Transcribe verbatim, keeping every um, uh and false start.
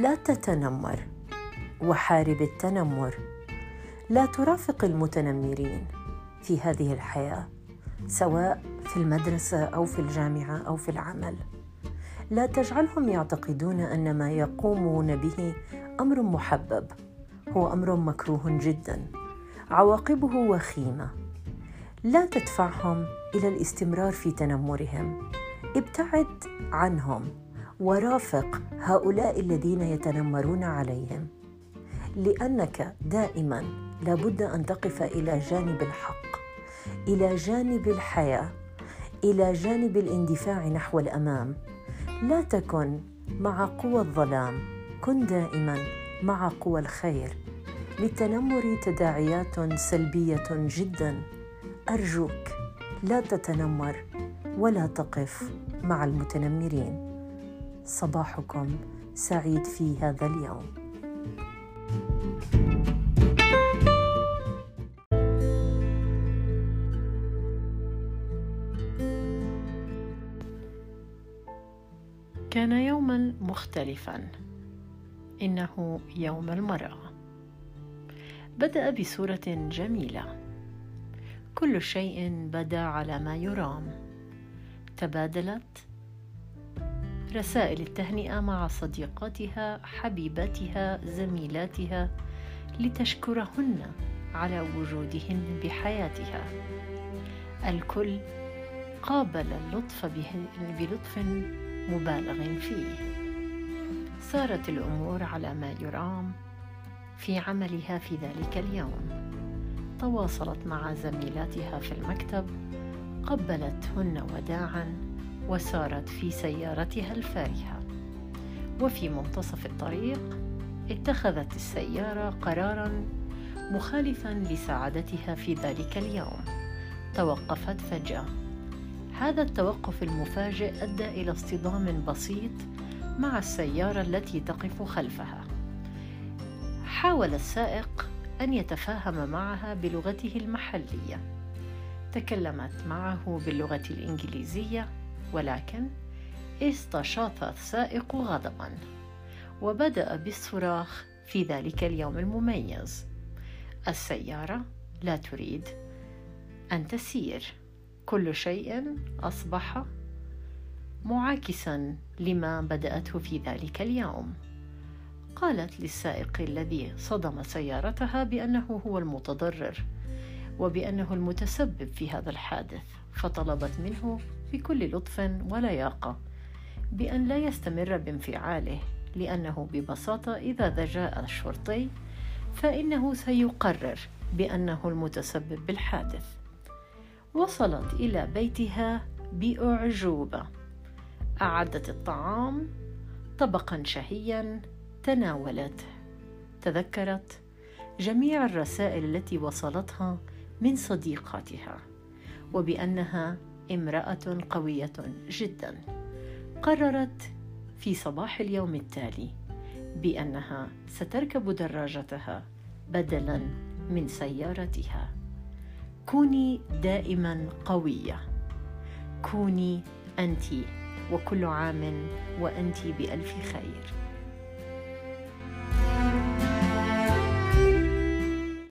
لا تتنمر وحارب التنمر. لا ترافق المتنمرين في هذه الحياة، سواء في المدرسة أو في الجامعة أو في العمل. لا تجعلهم يعتقدون أن ما يقومون به أمر محبب، هو أمر مكروه جدا، عواقبه وخيمة. لا تدفعهم إلى الاستمرار في تنمرهم، ابتعد عنهم ورافق هؤلاء الذين يتنمرون عليهم، لأنك دائما لابد أن تقف إلى جانب الحق، إلى جانب الحياة، إلى جانب الاندفاع نحو الأمام. لا تكن مع قوى الظلام، كن دائما مع قوى الخير. للتنمر تداعيات سلبية جدا. أرجوك لا تتنمر ولا تقف مع المتنمرين. صباحكم سعيد في هذا اليوم. كان يوما مختلفا، إنه يوم المرأة. بدأ بصورة جميلة، كل شيء بدا على ما يرام. تبادلت رسائل التهنئة مع صديقاتها، حبيباتها، زميلاتها، لتشكرهن على وجودهن بحياتها. الكل قابل اللطف بلطف مبالغ فيه. سارت الأمور على ما يرام في عملها في ذلك اليوم. تواصلت مع زميلاتها في المكتب، قبلتهن وداعا، وسارت في سيارتها الفارهة. وفي منتصف الطريق اتخذت السيارة قراراً مخالفاً لسعادتها في ذلك اليوم. توقفت فجأة. هذا التوقف المفاجئ أدى إلى اصطدام بسيط مع السيارة التي تقف خلفها. حاول السائق أن يتفاهم معها بلغته المحلية. تكلمت معه باللغة الإنجليزية، ولكن استشاط السائق غضباً وبدأ بالصراخ في ذلك اليوم المميز. السيارة لا تريد أن تسير. كل شيء أصبح معاكساً لما بدأته في ذلك اليوم. قالت للسائق الذي صدم سيارتها بأنه هو المتضرر وبأنه المتسبب في هذا الحادث، فطلبت منه بكل لطف ولياقة بأن لا يستمر بانفعاله، لأنه ببساطة إذا جاء الشرطي فإنه سيقرر بأنه المتسبب بالحادث. وصلت إلى بيتها بأعجوبة. أعدت الطعام، طبقا شهيا، تناولته. تذكرت جميع الرسائل التي وصلتها من صديقاتها، وبأنها امرأة قوية جدا. قررت في صباح اليوم التالي بأنها ستركب دراجتها بدلا من سيارتها. كوني دائما قوية، كوني أنت، وكل عام وأنت بألف خير.